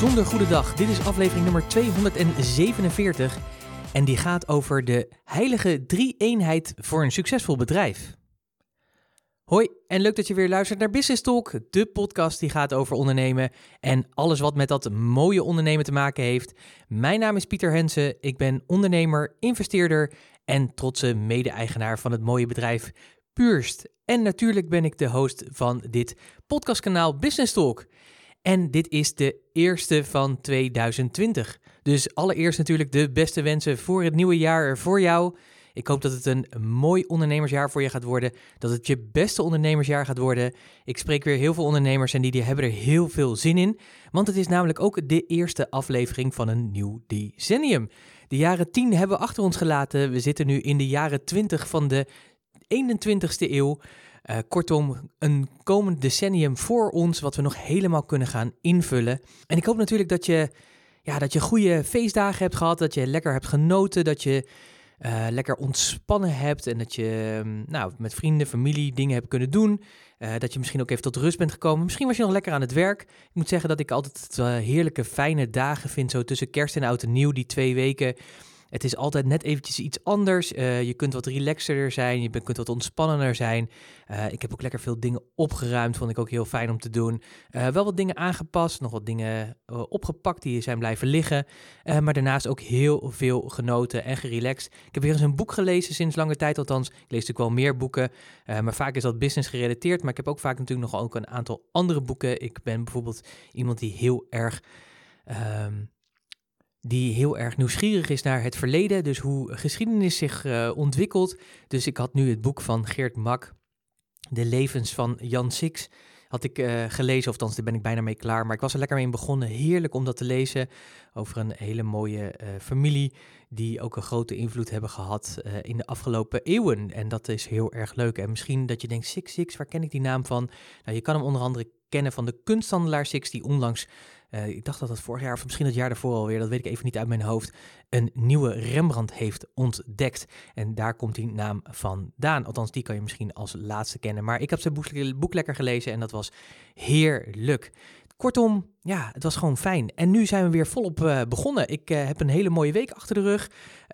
bijzonder goede dag. Dit is aflevering nummer 247 en die gaat over de heilige drie-eenheid voor een succesvol bedrijf. Hoi en leuk dat je weer luistert naar Business Talk, de podcast die gaat over ondernemen en alles wat met dat mooie ondernemen te maken heeft. Mijn naam is Pieter Hensen, ik ben ondernemer, investeerder en trotse mede-eigenaar van het mooie bedrijf Purst. En natuurlijk ben ik de host van dit podcastkanaal Business Talk. En dit is de eerste van 2020. Dus allereerst natuurlijk de beste wensen voor het nieuwe jaar voor jou. Ik hoop dat het een mooi ondernemersjaar voor je gaat worden. Dat het je beste ondernemersjaar gaat worden. Ik spreek weer heel veel ondernemers en die hebben er heel veel zin in. Want het is namelijk ook de eerste aflevering van een nieuw decennium. De jaren 10 hebben we achter ons gelaten. We zitten nu in de jaren 20 van de 21ste eeuw. Kortom, een komend decennium voor ons wat we nog helemaal kunnen gaan invullen. En ik hoop natuurlijk dat je goede feestdagen hebt gehad, dat je lekker hebt genoten, dat je lekker ontspannen hebt en dat je met vrienden, familie dingen hebt kunnen doen. Dat je misschien ook even tot rust bent gekomen. Misschien was je nog lekker aan het werk. Ik moet zeggen dat ik altijd heerlijke, fijne dagen vind, zo tussen kerst en oud en nieuw, die 2 weken. Het is altijd net eventjes iets anders. Je kunt wat relaxerder zijn, je kunt wat ontspannender zijn. Ik heb ook lekker veel dingen opgeruimd, vond ik ook heel fijn om te doen. Wel wat dingen aangepast, nog wat dingen opgepakt die zijn blijven liggen. Maar daarnaast ook heel veel genoten en gerelaxed. Ik heb weer eens een boek gelezen sinds lange tijd althans. Ik lees natuurlijk wel meer boeken, maar vaak is dat business gerelateerd. Maar ik heb ook vaak natuurlijk nog ook een aantal andere boeken. Ik ben bijvoorbeeld iemand die heel erg nieuwsgierig is naar het verleden, dus hoe geschiedenis zich ontwikkelt. Dus ik had nu het boek van Geert Mak, De levens van Jan Six, had ik gelezen, of althans daar ben ik bijna mee klaar. Maar ik was er lekker mee begonnen, heerlijk om dat te lezen, over een hele mooie familie die ook een grote invloed hebben gehad in de afgelopen eeuwen. En dat is heel erg leuk. En misschien dat je denkt, Six, waar ken ik die naam van? Nou, je kan hem onder andere kennen van de kunsthandelaar Six, die onlangs, ik dacht dat het vorig jaar of misschien het jaar daarvoor alweer, dat weet ik even niet uit mijn hoofd, een nieuwe Rembrandt heeft ontdekt. En daar komt die naam vandaan. Althans, die kan je misschien als laatste kennen. Maar ik heb zijn boek lekker gelezen en dat was heerlijk. Kortom, ja, het was gewoon fijn. En nu zijn we weer volop begonnen. Ik heb een hele mooie week achter de rug.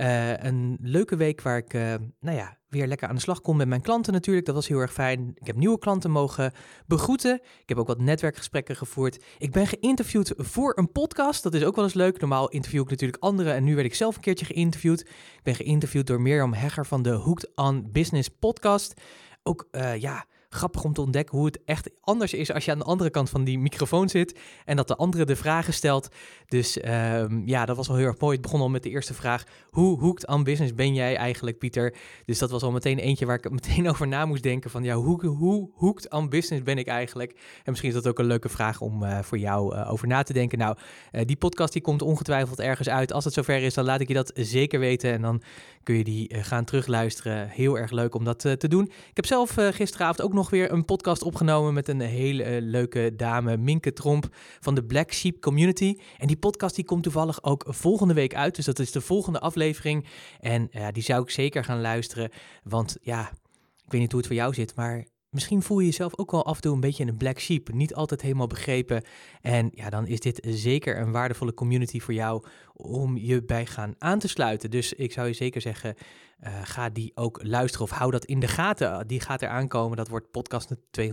Een leuke week waar ik weer lekker aan de slag kon met mijn klanten natuurlijk. Dat was heel erg fijn. Ik heb nieuwe klanten mogen begroeten. Ik heb ook wat netwerkgesprekken gevoerd. Ik ben geïnterviewd voor een podcast. Dat is ook wel eens leuk. Normaal interview ik natuurlijk anderen en nu werd ik zelf een keertje geïnterviewd. Ik ben geïnterviewd door Mirjam Hegger van de Hooked on Business podcast. Ook, grappig om te ontdekken hoe het echt anders is als je aan de andere kant van die microfoon zit en dat de andere de vragen stelt. Dus dat was wel heel erg mooi. Het begon al met de eerste vraag. Hoe hooked on business ben jij eigenlijk, Pieter? Dus dat was al meteen eentje waar ik meteen over na moest denken van hoe hooked on business ben ik eigenlijk? En misschien is dat ook een leuke vraag om voor jou over na te denken. Nou, die podcast die komt ongetwijfeld ergens uit. Als het zover is, dan laat ik je dat zeker weten en dan kun je die gaan terugluisteren. Heel erg leuk om dat te doen. Ik heb zelf gisteravond ook nog weer een podcast opgenomen met een hele leuke dame, Minke Tromp van de Black Sheep Community. En die podcast die komt toevallig ook volgende week uit. Dus dat is de volgende aflevering. En die zou ik zeker gaan luisteren. Want ja, ik weet niet hoe het voor jou zit, maar misschien voel je jezelf ook wel af en toe een beetje een black sheep. Niet altijd helemaal begrepen. En ja, dan is dit zeker een waardevolle community voor jou om je bij gaan aan te sluiten. Dus ik zou je zeker zeggen, ga die ook luisteren of hou dat in de gaten. Die gaat er aankomen. Dat wordt podcast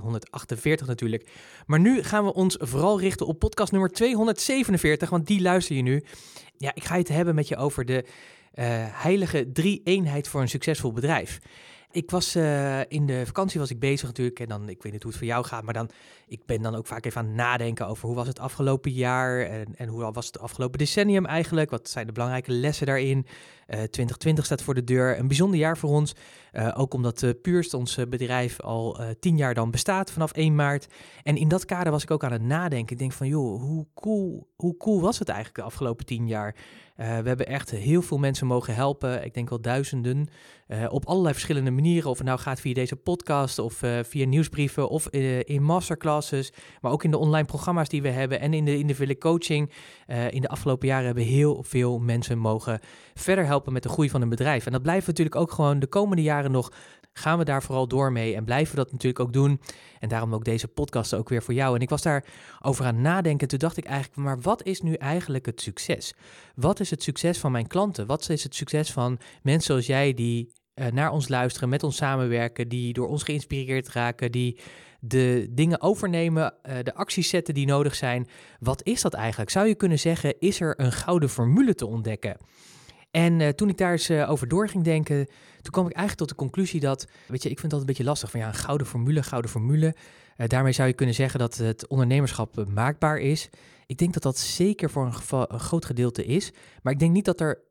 248 natuurlijk. Maar nu gaan we ons vooral richten op podcast nummer 247, want die luister je nu. Ja, ik ga het hebben met je over de heilige drie-eenheid voor een succesvol bedrijf. Ik was in de vakantie was ik bezig natuurlijk en dan, ik weet niet hoe het voor jou gaat, maar ik ben dan ook vaak even aan het nadenken over hoe was het afgelopen jaar en hoe was het afgelopen decennium eigenlijk, wat zijn de belangrijke lessen daarin. 2020 staat voor de deur, een bijzonder jaar voor ons, ook omdat Purst, ons bedrijf, al 10 jaar dan bestaat vanaf 1 maart. En in dat kader was ik ook aan het nadenken. Ik denk van joh, hoe cool was het eigenlijk de afgelopen 10 jaar? We hebben echt heel veel mensen mogen helpen. Ik denk wel duizenden. Op allerlei verschillende manieren. Of het nou gaat via deze podcast of via nieuwsbrieven of in masterclasses. Maar ook in de online programma's die we hebben en in de individuele coaching. In de afgelopen jaren hebben heel veel mensen mogen verder helpen met de groei van een bedrijf. En dat blijven we natuurlijk ook gewoon de komende jaren nog gaan we daar vooral door mee en blijven we dat natuurlijk ook doen. En daarom ook deze podcast ook weer voor jou. En ik was daar over aan het nadenken. Toen dacht ik eigenlijk, maar wat is nu eigenlijk het succes? Wat is het succes van mijn klanten? Wat is het succes van mensen zoals jij die naar ons luisteren, met ons samenwerken, die door ons geïnspireerd raken, die de dingen overnemen, de acties zetten die nodig zijn. Wat is dat eigenlijk? Zou je kunnen zeggen, is er een gouden formule te ontdekken? En toen ik daar eens over door ging denken, toen kwam ik eigenlijk tot de conclusie dat, weet je, ik vind dat een beetje lastig van ja, een gouden formule. Daarmee zou je kunnen zeggen dat het ondernemerschap maakbaar is. Ik denk dat dat zeker voor een groot gedeelte is, maar ik denk niet dat er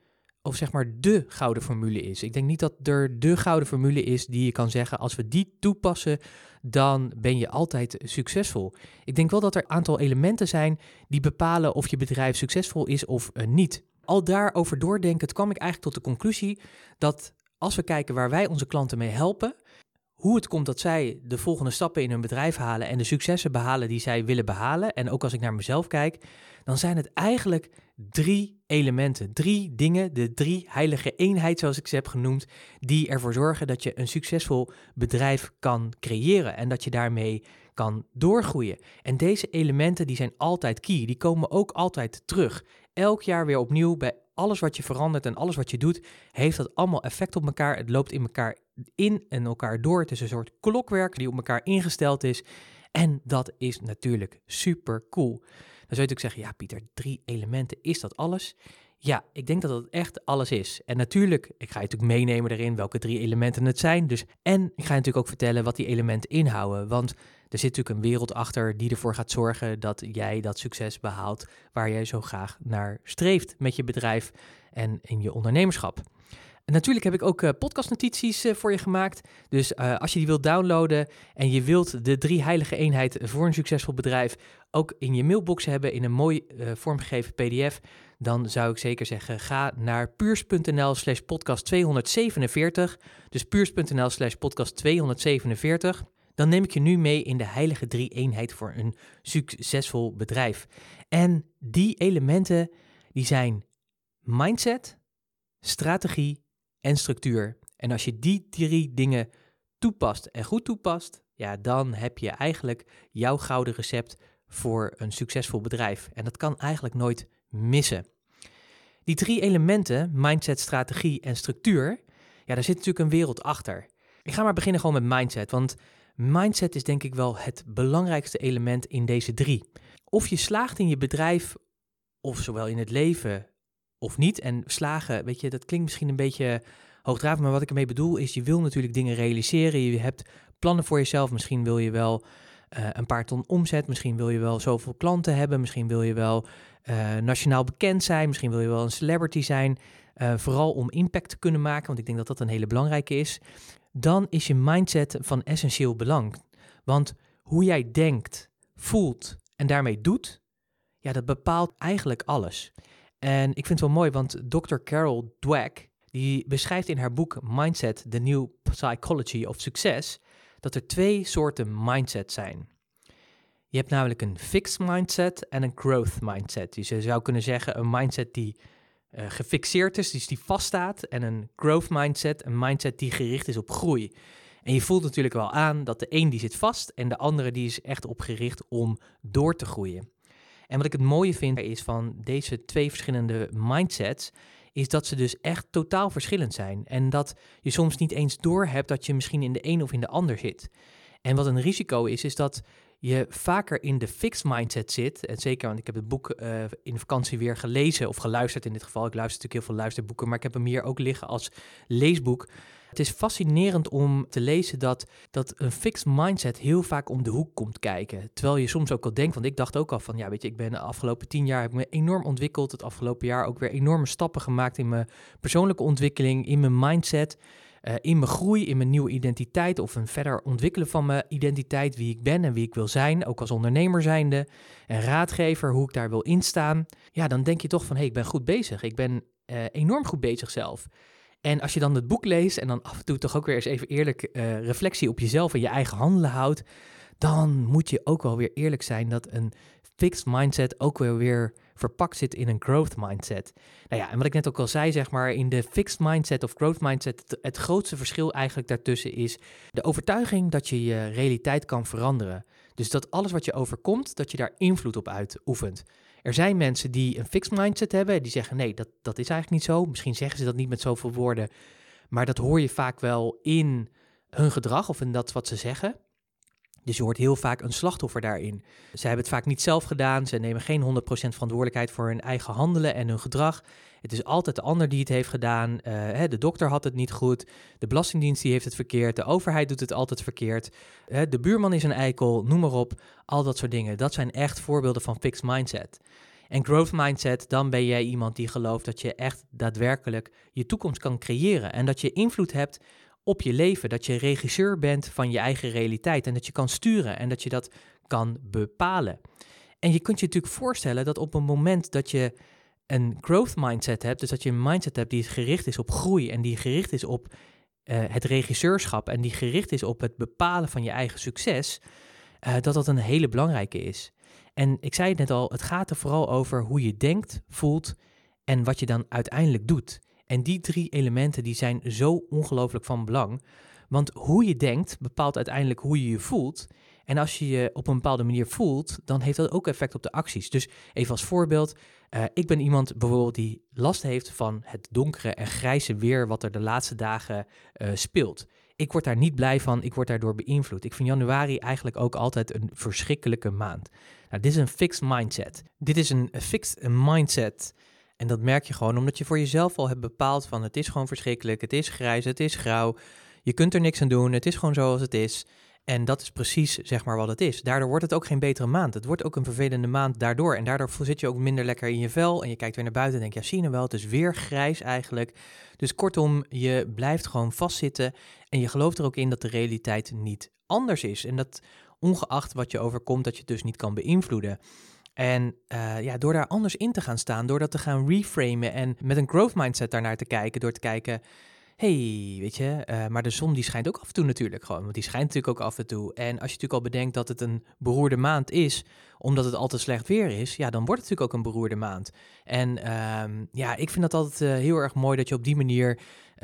of zeg maar de gouden formule is. Ik denk niet dat er de gouden formule is die je kan zeggen, als we die toepassen, dan ben je altijd succesvol. Ik denk wel dat er een aantal elementen zijn die bepalen of je bedrijf succesvol is of niet. Al daarover doordenkend kwam ik eigenlijk tot de conclusie dat als we kijken waar wij onze klanten mee helpen, hoe het komt dat zij de volgende stappen in hun bedrijf halen en de successen behalen die zij willen behalen, en ook als ik naar mezelf kijk, dan zijn het eigenlijk 3 elementen, 3 dingen, de 3 heilige eenheid zoals ik ze heb genoemd, die ervoor zorgen dat je een succesvol bedrijf kan creëren en dat je daarmee kan doorgroeien. En deze elementen die zijn altijd key, die komen ook altijd terug. Elk jaar weer opnieuw, bij alles wat je verandert en alles wat je doet, heeft dat allemaal effect op elkaar. Het loopt in elkaar in en elkaar door. Het is een soort klokwerk die op elkaar ingesteld is. En dat is natuurlijk super cool. Dan zou je natuurlijk zeggen, ja Pieter, 3 elementen, is dat alles? Ja, ik denk dat dat echt alles is. En natuurlijk, ik ga je natuurlijk meenemen erin welke 3 elementen het zijn. En ik ga je natuurlijk ook vertellen wat die elementen inhouden. Want er zit natuurlijk een wereld achter die ervoor gaat zorgen dat jij dat succes behaalt waar jij zo graag naar streeft met je bedrijf en in je ondernemerschap. En natuurlijk heb ik ook podcastnotities voor je gemaakt. Dus als je die wilt downloaden en je wilt de 3 heilige eenheid voor een succesvol bedrijf ook in je mailbox hebben in een mooi vormgegeven pdf, dan zou ik zeker zeggen, ga naar puurs.nl/podcast 247. Dus puurs.nl/podcast 247. Dan neem ik je nu mee in de heilige 3 eenheid voor een succesvol bedrijf. En die elementen, die zijn mindset, strategie en structuur. En als je die 3 dingen toepast en goed toepast, ja, dan heb je eigenlijk jouw gouden recept voor een succesvol bedrijf. En dat kan eigenlijk nooit missen. Die 3 elementen, mindset, strategie en structuur, ja, daar zit natuurlijk een wereld achter. Ik ga maar beginnen gewoon met mindset, want mindset is denk ik wel het belangrijkste element in deze 3. Of je slaagt in je bedrijf, of zowel in het leven of niet. En slagen, weet je, dat klinkt misschien een beetje hoogdravend, maar wat ik ermee bedoel is, je wil natuurlijk dingen realiseren. Je hebt plannen voor jezelf. Misschien wil je wel een paar ton omzet. Misschien wil je wel zoveel klanten hebben. Misschien wil je wel nationaal bekend zijn. Misschien wil je wel een celebrity zijn. Vooral om impact te kunnen maken, want ik denk dat dat een hele belangrijke is. Dan is je mindset van essentieel belang. Want hoe jij denkt, voelt en daarmee doet, ja, dat bepaalt eigenlijk alles. En ik vind het wel mooi, want Dr. Carol Dweck, die beschrijft in haar boek Mindset, The New Psychology of Success, dat er 2 soorten mindset zijn. Je hebt namelijk een fixed mindset en een growth mindset. Dus je zou kunnen zeggen een mindset die gefixeerd is, dus die vaststaat, en een growth mindset, een mindset die gericht is op groei. En je voelt natuurlijk wel aan dat de een die zit vast en de andere die is echt opgericht om door te groeien. En wat ik het mooie vind is van deze 2 verschillende mindsets, is dat ze dus echt totaal verschillend zijn. En dat je soms niet eens doorhebt dat je misschien in de een of in de ander zit. En wat een risico is dat je vaker in de fixed mindset zit. En zeker, want ik heb het boek in de vakantie weer gelezen of geluisterd in dit geval. Ik luister natuurlijk heel veel luisterboeken, maar ik heb hem hier ook liggen als leesboek. Het is fascinerend om te lezen dat een fixed mindset heel vaak om de hoek komt kijken. Terwijl je soms ook al denkt, want ik dacht ook al van, ja weet je, ik ben de afgelopen 10 jaar heb ik me enorm ontwikkeld. Het afgelopen jaar ook weer enorme stappen gemaakt in mijn persoonlijke ontwikkeling, in mijn mindset, in mijn groei, in mijn nieuwe identiteit of een verder ontwikkelen van mijn identiteit, wie ik ben en wie ik wil zijn, ook als ondernemer zijnde en raadgever, hoe ik daar wil instaan. Ja, dan denk je toch van, ik ben goed bezig. Ik ben enorm goed bezig zelf. En als je dan het boek leest en dan af en toe toch ook weer eens even eerlijk reflectie op jezelf en je eigen handelen houdt, dan moet je ook wel weer eerlijk zijn dat een fixed mindset ook wel weer verpakt zit in een growth mindset. Nou ja, en wat ik net ook al zei, zeg maar, in de fixed mindset of growth mindset, het grootste verschil eigenlijk daartussen is de overtuiging dat je je realiteit kan veranderen. Dus dat alles wat je overkomt, dat je daar invloed op uitoefent. Er zijn mensen die een fixed mindset hebben, die zeggen nee, dat is eigenlijk niet zo. Misschien zeggen ze dat niet met zoveel woorden, maar dat hoor je vaak wel in hun gedrag of in dat wat ze zeggen. Dus je hoort heel vaak een slachtoffer daarin. Ze hebben het vaak niet zelf gedaan, ze nemen geen 100% verantwoordelijkheid voor hun eigen handelen en hun gedrag. Het is altijd de ander die het heeft gedaan. De dokter had het niet goed, de belastingdienst die heeft het verkeerd, de overheid doet het altijd verkeerd. De buurman is een eikel, noem maar op, al dat soort dingen. Dat zijn echt voorbeelden van fixed mindset. En growth mindset, dan ben jij iemand die gelooft dat je echt daadwerkelijk je toekomst kan creëren. En dat je invloed hebt op je leven, dat je regisseur bent van je eigen realiteit. En dat je kan sturen en dat je dat kan bepalen. En je kunt je natuurlijk voorstellen dat op het moment dat je een growth mindset hebt, dus dat je een mindset hebt die gericht is op groei en die gericht is op het regisseurschap en die gericht is op het bepalen van je eigen succes, dat een hele belangrijke is. En ik zei het net al, het gaat er vooral over hoe je denkt, voelt en wat je dan uiteindelijk doet. En die 3 elementen die zijn zo ongelooflijk van belang. Want hoe je denkt bepaalt uiteindelijk hoe je je voelt. En als je je op een bepaalde manier voelt, dan heeft dat ook effect op de acties. Dus even als voorbeeld, ik ben iemand bijvoorbeeld die last heeft van het donkere en grijze weer wat er de laatste dagen speelt. Ik word daar niet blij van, ik word daardoor beïnvloed. Ik vind januari eigenlijk ook altijd een verschrikkelijke maand. Nou, dit is een fixed mindset. Dit is een fixed mindset. En dat merk je gewoon omdat je voor jezelf al hebt bepaald van het is gewoon verschrikkelijk, het is grijs, het is grauw. Je kunt er niks aan doen, het is gewoon zoals het is. En dat is precies zeg maar wat het is. Daardoor wordt het ook geen betere maand. Het wordt ook een vervelende maand daardoor. En daardoor zit je ook minder lekker in je vel. En je kijkt weer naar buiten en denk, ja zie je nou wel, het is weer grijs eigenlijk. Dus kortom, je blijft gewoon vastzitten. En je gelooft er ook in dat de realiteit niet anders is. En dat ongeacht wat je overkomt, dat je het dus niet kan beïnvloeden. En door daar anders in te gaan staan, door dat te gaan reframen en met een growth mindset daarnaar te kijken, door te kijken, hey, weet je, maar de zon die schijnt ook af en toe natuurlijk gewoon, want die schijnt natuurlijk ook af en toe. En als je natuurlijk al bedenkt dat het een beroerde maand is, omdat het altijd slecht weer is, ja, dan wordt het natuurlijk ook een beroerde maand. En ik vind dat altijd heel erg mooi dat je op die manier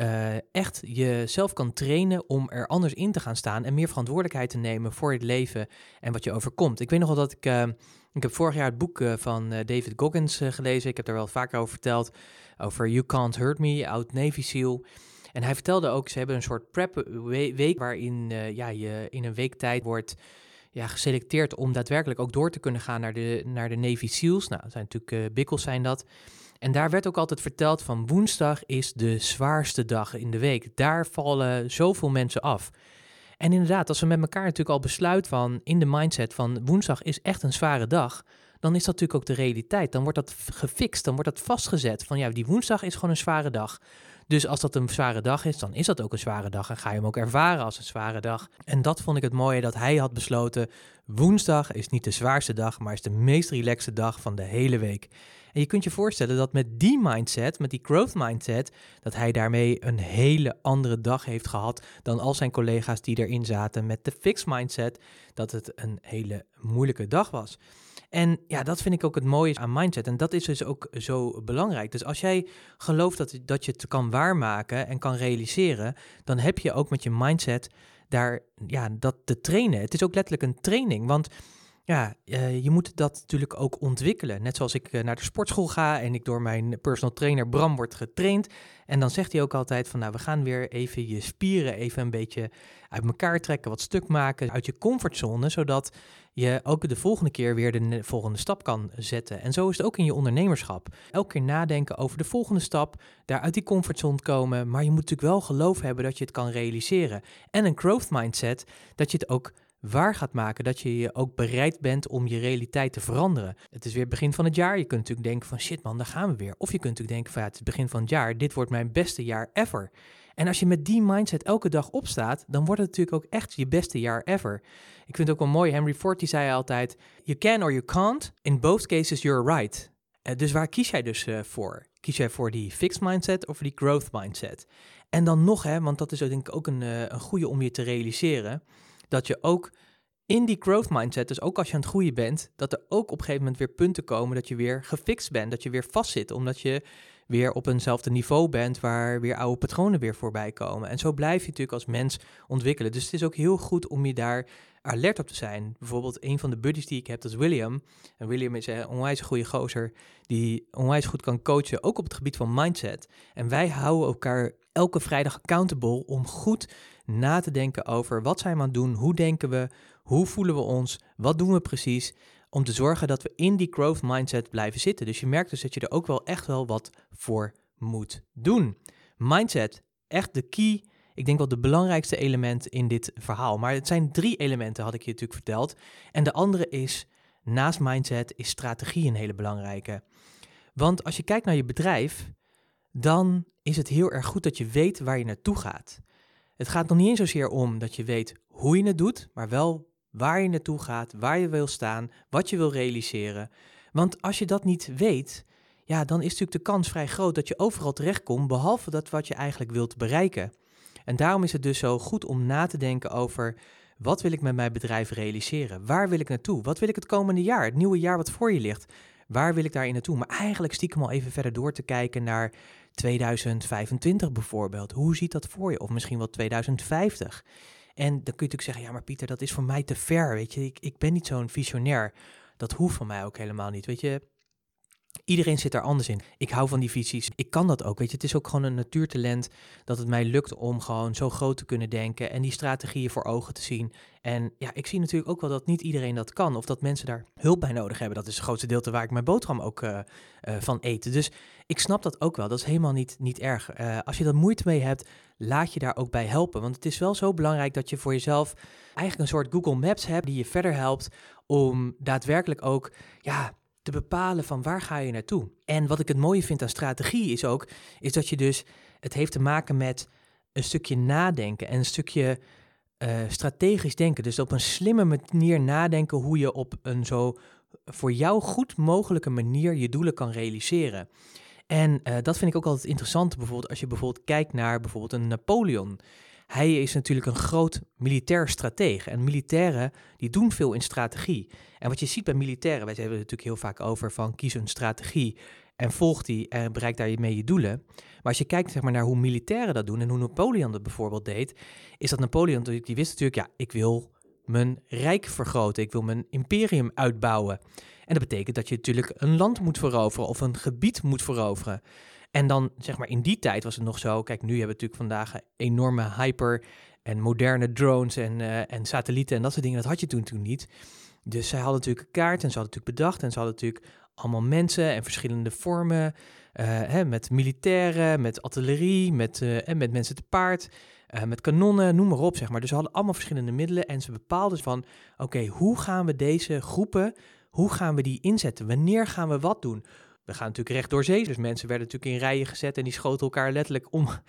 echt jezelf kan trainen om er anders in te gaan staan en meer verantwoordelijkheid te nemen voor het leven en wat je overkomt. Ik weet nog wel dat ik heb vorig jaar het boek van David Goggins gelezen. Ik heb daar wel vaker over verteld, over You Can't Hurt Me, oud Navy SEAL. En hij vertelde ook, ze hebben een soort prep week waarin je in een week tijd wordt geselecteerd om daadwerkelijk ook door te kunnen gaan naar de Navy SEALs. Nou, dat zijn natuurlijk bikkels zijn dat. En daar werd ook altijd verteld van woensdag is de zwaarste dag in de week. Daar vallen zoveel mensen af. En inderdaad, als we met elkaar natuurlijk al besluiten van in de mindset van woensdag is echt een zware dag, dan is dat natuurlijk ook de realiteit. Dan wordt dat gefixt, dan wordt dat vastgezet van die woensdag is gewoon een zware dag. Dus als dat een zware dag is, dan is dat ook een zware dag en ga je hem ook ervaren als een zware dag. En dat vond ik het mooie dat hij had besloten, woensdag is niet de zwaarste dag, maar is de meest relaxte dag van de hele week. En je kunt je voorstellen dat met die mindset, met die growth mindset, dat hij daarmee een hele andere dag heeft gehad dan al zijn collega's die erin zaten met de fixed mindset, dat het een hele moeilijke dag was. En ja, dat vind ik ook het mooie aan mindset. En dat is dus ook zo belangrijk. Dus als jij gelooft dat je het kan waarmaken en kan realiseren, dan heb je ook met je mindset daar dat te trainen. Het is ook letterlijk een training, want je moet dat natuurlijk ook ontwikkelen. Net zoals ik naar de sportschool ga en ik door mijn personal trainer Bram word getraind. En dan zegt hij ook altijd van, we gaan weer even je spieren even een beetje uit elkaar trekken, wat stuk maken uit je comfortzone, zodat je ook de volgende keer weer de volgende stap kan zetten. En zo is het ook in je ondernemerschap. Elke keer nadenken over de volgende stap, daar uit die comfortzone komen, maar je moet natuurlijk wel geloof hebben dat je het kan realiseren. En een growth mindset, dat je het ook waar gaat maken, dat je ook bereid bent om je realiteit te veranderen. Het is weer het begin van het jaar, je kunt natuurlijk denken van shit man, daar gaan we weer. Of je kunt natuurlijk denken van het is het begin van het jaar, dit wordt mijn beste jaar ever. En als je met die mindset elke dag opstaat, dan wordt het natuurlijk ook echt je beste jaar ever. Ik vind het ook wel mooi, Henry Ford die zei altijd, you can or you can't, in both cases you're right. Dus waar kies jij dus voor? Kies jij voor die fixed mindset of die growth mindset? En dan nog, want dat is denk ik ook een goede om je te realiseren, dat je ook in die growth mindset, dus ook als je aan het groeien bent, dat er ook op een gegeven moment weer punten komen dat je weer gefixt bent, dat je weer vastzit, omdat je weer op eenzelfde niveau bent waar weer oude patronen weer voorbij komen. En zo blijf je natuurlijk als mens ontwikkelen. Dus het is ook heel goed om je daar alert op te zijn. Bijvoorbeeld een van de buddies die ik heb, dat is William. En William is een onwijs goede gozer die onwijs goed kan coachen, ook op het gebied van mindset. En wij houden elkaar elke vrijdag accountable om goed na te denken over wat zijn we aan het doen, hoe denken we, hoe voelen we ons, wat doen we precies, om te zorgen dat we in die growth mindset blijven zitten. Dus je merkt dus dat je er ook wel echt wel wat voor moet doen. Mindset, echt de key, ik denk wel de belangrijkste element in dit verhaal. Maar het zijn 3 elementen, had ik je natuurlijk verteld. En de andere is, naast mindset, is strategie een hele belangrijke. Want als je kijkt naar je bedrijf, dan is het heel erg goed dat je weet waar je naartoe gaat. Het gaat nog niet eens zozeer om dat je weet hoe je het doet, maar wel waar je naartoe gaat, waar je wil staan, wat je wil realiseren. Want als je dat niet weet, ja, dan is natuurlijk de kans vrij groot dat je overal terechtkomt, behalve dat wat je eigenlijk wilt bereiken. En daarom is het dus zo goed om na te denken over, wat wil ik met mijn bedrijf realiseren? Waar wil ik naartoe? Wat wil ik het komende jaar, het nieuwe jaar wat voor je ligt? Waar wil ik daarin naartoe? Maar eigenlijk stiekem al even verder door te kijken naar 2025 bijvoorbeeld. Hoe ziet dat voor je? Of misschien wel 2050. En dan kun je natuurlijk zeggen, ja maar Pieter, dat is voor mij te ver, weet je. Ik ben niet zo'n visionair. Dat hoeft van mij ook helemaal niet, weet je. Iedereen zit daar anders in. Ik hou van die visies. Ik kan dat ook, weet je. Het is ook gewoon een natuurtalent dat het mij lukt om gewoon zo groot te kunnen denken en die strategieën voor ogen te zien. En ja, ik zie natuurlijk ook wel dat niet iedereen dat kan of dat mensen daar hulp bij nodig hebben. Dat is het grootste deel waar ik mijn boterham ook van eet. Dus ik snap dat ook wel. Dat is helemaal niet erg. Als je er moeite mee hebt, laat je daar ook bij helpen. Want het is wel zo belangrijk dat je voor jezelf eigenlijk een soort Google Maps hebt die je verder helpt om daadwerkelijk ook, ja, te bepalen van waar ga je naartoe. En wat ik het mooie vind aan strategie is dat je dus, het heeft te maken met een stukje nadenken en een stukje strategisch denken. Dus op een slimme manier nadenken hoe je op een zo voor jou goed mogelijke manier je doelen kan realiseren. En dat vind ik ook altijd interessant, bijvoorbeeld als je bijvoorbeeld kijkt naar bijvoorbeeld een Napoleon. Hij is natuurlijk een groot militair stratege en militairen die doen veel in strategie. En wat je ziet bij militairen, wij hebben het natuurlijk heel vaak over van kies een strategie en volg die en bereik daarmee je doelen. Maar als je kijkt zeg maar, naar hoe militairen dat doen en hoe Napoleon dat bijvoorbeeld deed, is dat Napoleon, die wist natuurlijk, ja, ik wil mijn rijk vergroten, ik wil mijn imperium uitbouwen. En dat betekent dat je natuurlijk een land moet veroveren of een gebied moet veroveren. En dan, zeg maar, in die tijd was het nog zo, kijk, nu hebben we natuurlijk vandaag enorme hyper en moderne drones en satellieten en dat soort dingen, dat had je toen niet. Dus zij hadden natuurlijk een kaart en ze hadden natuurlijk bedacht en ze hadden natuurlijk allemaal mensen en verschillende vormen, met militairen, met artillerie, met mensen te paard, met kanonnen, noem maar op, zeg maar. Dus ze hadden allemaal verschillende middelen en ze bepaalden van, oké, hoe gaan we deze groepen, hoe gaan we die inzetten? Wanneer gaan we wat doen? We gaan natuurlijk recht door zee, dus mensen werden natuurlijk in rijen gezet en die schoten elkaar letterlijk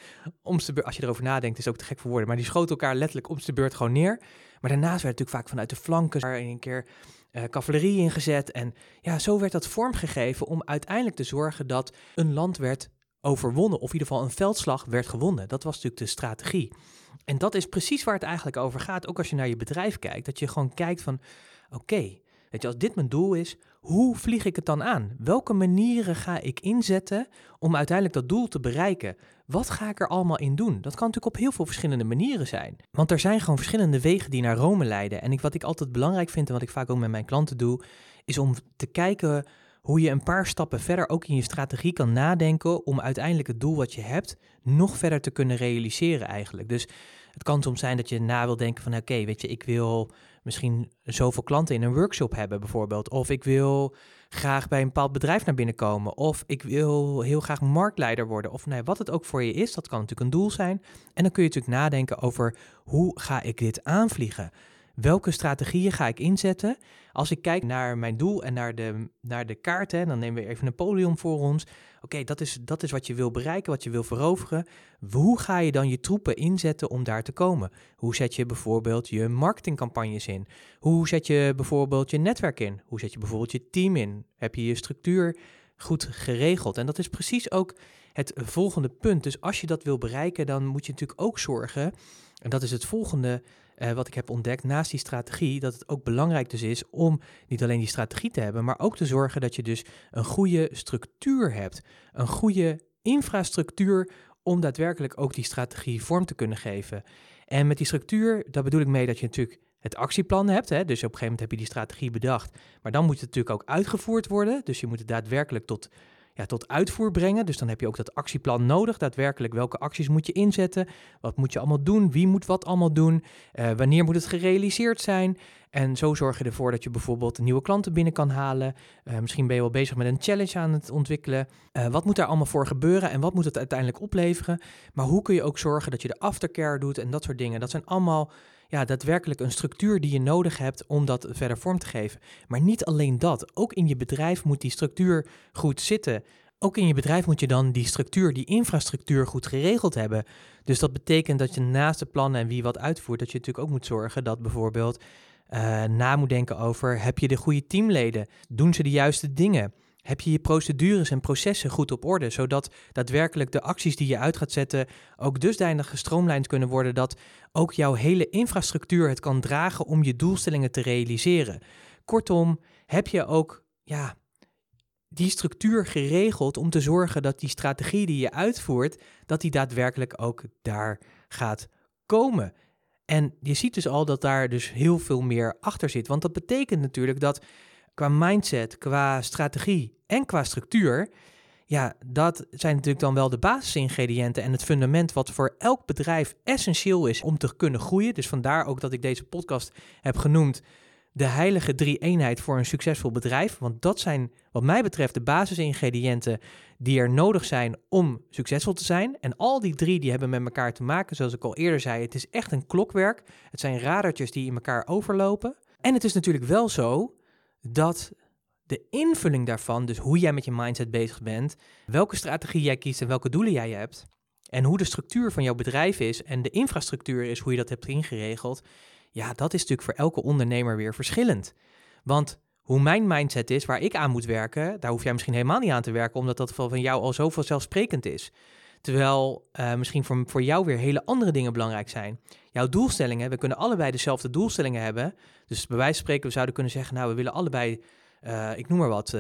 om de beurt. Als je erover nadenkt, is het ook te gek voor woorden, maar die schoten elkaar letterlijk om de beurt gewoon neer. Maar daarnaast werd natuurlijk vaak vanuit de flanken daar in een keer cavalerie ingezet. En ja, zo werd dat vormgegeven om uiteindelijk te zorgen dat een land werd overwonnen, of in ieder geval een veldslag werd gewonnen. Dat was natuurlijk de strategie. En dat is precies waar het eigenlijk over gaat, ook als je naar je bedrijf kijkt, dat je gewoon kijkt van, oké, weet je, als dit mijn doel is, hoe vlieg ik het dan aan? Welke manieren ga ik inzetten om uiteindelijk dat doel te bereiken? Wat ga ik er allemaal in doen? Dat kan natuurlijk op heel veel verschillende manieren zijn. Want er zijn gewoon verschillende wegen die naar Rome leiden. En wat ik altijd belangrijk vind en wat ik vaak ook met mijn klanten doe, is om te kijken hoe je een paar stappen verder ook in je strategie kan nadenken om uiteindelijk het doel wat je hebt nog verder te kunnen realiseren eigenlijk. Dus het kan soms zijn dat je na wil denken van oké, weet je, ik wil misschien zoveel klanten in een workshop hebben bijvoorbeeld. Of ik wil graag bij een bepaald bedrijf naar binnen komen. Of ik wil heel graag marktleider worden. Of nee, wat het ook voor je is, dat kan natuurlijk een doel zijn. En dan kun je natuurlijk nadenken over hoe ga ik dit aanvliegen? Welke strategieën ga ik inzetten? Als ik kijk naar mijn doel en naar de kaart, hè, dan nemen we even Napoleon voor ons. Oké, dat is wat je wil bereiken, wat je wil veroveren. Hoe ga je dan je troepen inzetten om daar te komen? Hoe zet je bijvoorbeeld je marketingcampagnes in? Hoe zet je bijvoorbeeld je netwerk in? Hoe zet je bijvoorbeeld je team in? Heb je je structuur goed geregeld? En dat is precies ook het volgende punt. Dus als je dat wil bereiken, dan moet je natuurlijk ook zorgen, en dat is het volgende wat ik heb ontdekt naast die strategie, dat het ook belangrijk dus is om niet alleen die strategie te hebben, maar ook te zorgen dat je dus een goede structuur hebt. Een goede infrastructuur om daadwerkelijk ook die strategie vorm te kunnen geven. En met die structuur, daar bedoel ik mee dat je natuurlijk het actieplan hebt. Hè? Dus op een gegeven moment heb je die strategie bedacht. Maar dan moet het natuurlijk ook uitgevoerd worden. Dus je moet het daadwerkelijk tot uitvoer brengen. Dus dan heb je ook dat actieplan nodig. Daadwerkelijk, welke acties moet je inzetten? Wat moet je allemaal doen? Wie moet wat allemaal doen? Wanneer moet het gerealiseerd zijn? En zo zorg je ervoor dat je bijvoorbeeld nieuwe klanten binnen kan halen. Misschien ben je wel bezig met een challenge aan het ontwikkelen. Wat moet daar allemaal voor gebeuren en wat moet het uiteindelijk opleveren? Maar hoe kun je ook zorgen dat je de aftercare doet en dat soort dingen? Dat zijn allemaal daadwerkelijk een structuur die je nodig hebt om dat verder vorm te geven. Maar niet alleen dat. Ook in je bedrijf moet die structuur goed zitten. Ook in je bedrijf moet je dan die structuur, die infrastructuur goed geregeld hebben. Dus dat betekent dat je naast de plannen en wie wat uitvoert, dat je natuurlijk ook moet zorgen dat bijvoorbeeld na moet denken over, heb je de goede teamleden? Doen ze de juiste dingen? Heb je je procedures en processen goed op orde, zodat daadwerkelijk de acties die je uit gaat zetten ook dusdanig gestroomlijnd kunnen worden dat ook jouw hele infrastructuur het kan dragen om je doelstellingen te realiseren. Kortom, heb je ook die structuur geregeld om te zorgen dat die strategie die je uitvoert, dat die daadwerkelijk ook daar gaat komen. En je ziet dus al dat daar dus heel veel meer achter zit, want dat betekent natuurlijk dat qua mindset, qua strategie en qua structuur, dat zijn natuurlijk dan wel de basisingrediënten en het fundament wat voor elk bedrijf essentieel is om te kunnen groeien. Dus vandaar ook dat ik deze podcast heb genoemd de heilige drie-eenheid voor een succesvol bedrijf. Want dat zijn wat mij betreft de basisingrediënten die er nodig zijn om succesvol te zijn. En al die drie die hebben met elkaar te maken, zoals ik al eerder zei. Het is echt een klokwerk. Het zijn radertjes die in elkaar overlopen. En het is natuurlijk wel zo dat de invulling daarvan, dus hoe jij met je mindset bezig bent, welke strategie jij kiest en welke doelen jij hebt, en hoe de structuur van jouw bedrijf is en de infrastructuur is, hoe je dat hebt ingeregeld, dat is natuurlijk voor elke ondernemer weer verschillend. Want hoe mijn mindset is, waar ik aan moet werken, daar hoef jij misschien helemaal niet aan te werken, omdat dat van jou al zo vanzelfsprekend is. Terwijl misschien voor jou weer hele andere dingen belangrijk zijn. Jouw doelstellingen, we kunnen allebei dezelfde doelstellingen hebben. Dus bij wijze van spreken, we zouden kunnen zeggen, we willen allebei, ik noem maar wat,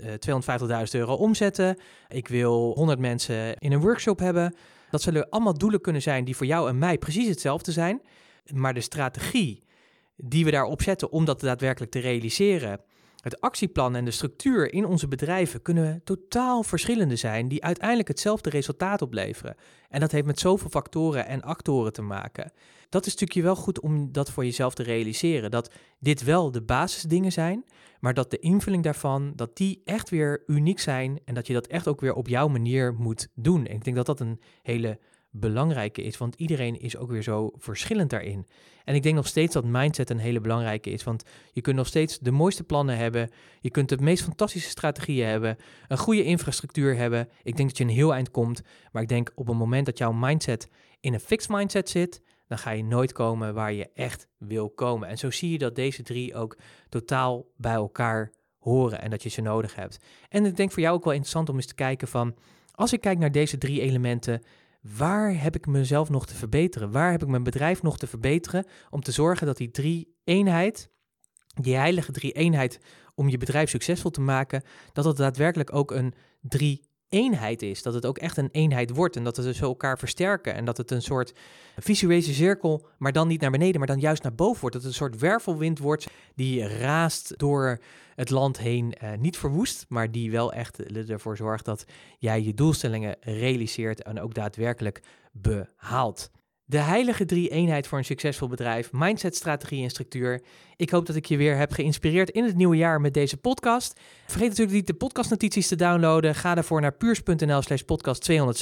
€250.000 omzetten. Ik wil 100 mensen in een workshop hebben. Dat zullen allemaal doelen kunnen zijn die voor jou en mij precies hetzelfde zijn. Maar de strategie die we daarop zetten om dat daadwerkelijk te realiseren, het actieplan en de structuur in onze bedrijven kunnen totaal verschillende zijn die uiteindelijk hetzelfde resultaat opleveren. En dat heeft met zoveel factoren en actoren te maken. Dat is natuurlijk wel goed om dat voor jezelf te realiseren, dat dit wel de basisdingen zijn, maar dat de invulling daarvan, dat die echt weer uniek zijn en dat je dat echt ook weer op jouw manier moet doen. En ik denk dat dat een hele belangrijke is, want iedereen is ook weer zo verschillend daarin. En ik denk nog steeds dat mindset een hele belangrijke is, want je kunt nog steeds de mooiste plannen hebben, je kunt de meest fantastische strategieën hebben, een goede infrastructuur hebben. Ik denk dat je een heel eind komt, maar ik denk op het moment dat jouw mindset in een fixed mindset zit, dan ga je nooit komen waar je echt wil komen. En zo zie je dat deze drie ook totaal bij elkaar horen en dat je ze nodig hebt. En ik denk voor jou ook wel interessant om eens te kijken van, als ik kijk naar deze drie elementen, waar heb ik mezelf nog te verbeteren? Waar heb ik mijn bedrijf nog te verbeteren om te zorgen dat die drie-eenheid, die heilige drie-eenheid om je bedrijf succesvol te maken, dat het daadwerkelijk ook een drie-eenheid is. Dat het ook echt een eenheid wordt en dat het dus elkaar versterken en dat het een soort visuele cirkel, maar dan niet naar beneden, maar dan juist naar boven wordt. Dat het een soort wervelwind wordt die raast door het land heen, niet verwoest, maar die wel echt ervoor zorgt dat jij je doelstellingen realiseert en ook daadwerkelijk behaalt. De heilige drie-eenheid voor een succesvol bedrijf, mindset, strategie en structuur. Ik hoop dat ik je weer heb geïnspireerd in het nieuwe jaar met deze podcast. Vergeet natuurlijk niet de podcastnotities te downloaden. Ga daarvoor naar puurs.nl/podcast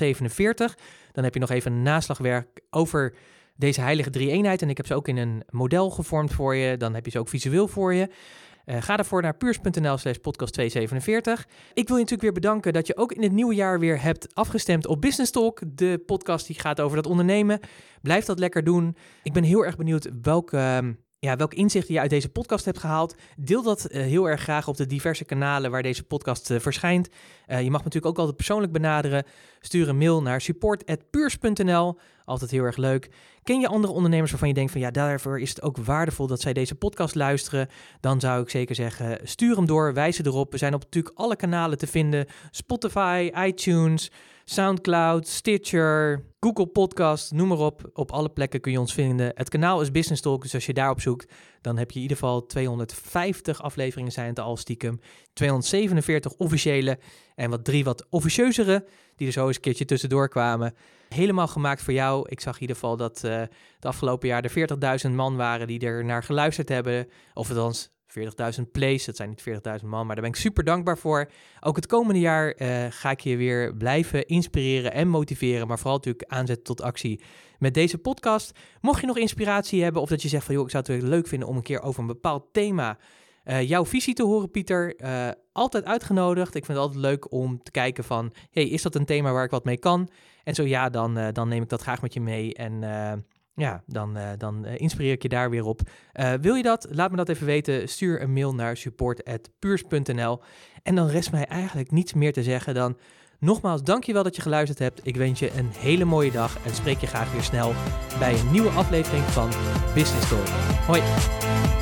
247. Dan heb je nog even een naslagwerk over deze heilige drie-eenheid. En ik heb ze ook in een model gevormd voor je. Dan heb je ze ook visueel voor je. Ga daarvoor naar puurs.nl/podcast 247. Ik wil je natuurlijk weer bedanken dat je ook in het nieuwe jaar weer hebt afgestemd op Business Talk, de podcast die gaat over dat ondernemen. Blijf dat lekker doen. Ik ben heel erg benieuwd welke welke inzichten je uit deze podcast hebt gehaald. Deel dat heel erg graag op de diverse kanalen waar deze podcast verschijnt. Je mag me natuurlijk ook altijd persoonlijk benaderen. Stuur een mail naar support@puurs.nl. Altijd heel erg leuk. Ken je andere ondernemers waarvan je denkt van daarvoor is het ook waardevol dat zij deze podcast luisteren? Dan zou ik zeker zeggen, stuur hem door, wijs ze erop. We zijn op natuurlijk alle kanalen te vinden. Spotify, iTunes, Soundcloud, Stitcher, Google Podcast, noem maar op. Op alle plekken kun je ons vinden. Het kanaal is Business Talk, dus als je daarop zoekt, dan heb je in ieder geval 250 afleveringen zijn het al stiekem. 247 officiële en 3 wat officieuzere, die er zo eens een keertje tussendoor kwamen. Helemaal gemaakt voor jou. Ik zag in ieder geval dat het afgelopen jaar er 40.000 man waren die er naar geluisterd hebben. Of althans 40.000 plays, dat zijn niet 40.000 man, maar daar ben ik super dankbaar voor. Ook het komende jaar ga ik je weer blijven inspireren en motiveren, maar vooral natuurlijk aanzetten tot actie met deze podcast. Mocht je nog inspiratie hebben of dat je zegt van ik zou het leuk vinden om een keer over een bepaald thema jouw visie te horen, Pieter, altijd uitgenodigd. Ik vind het altijd leuk om te kijken van, is dat een thema waar ik wat mee kan? En zo ja, dan neem ik dat graag met je mee en dan inspireer ik je daar weer op. Wil je dat? Laat me dat even weten. Stuur een mail naar support@puurs.nl. En dan rest mij eigenlijk niets meer te zeggen dan nogmaals dankjewel dat je geluisterd hebt. Ik wens je een hele mooie dag en spreek je graag weer snel bij een nieuwe aflevering van Business Talk. Hoi!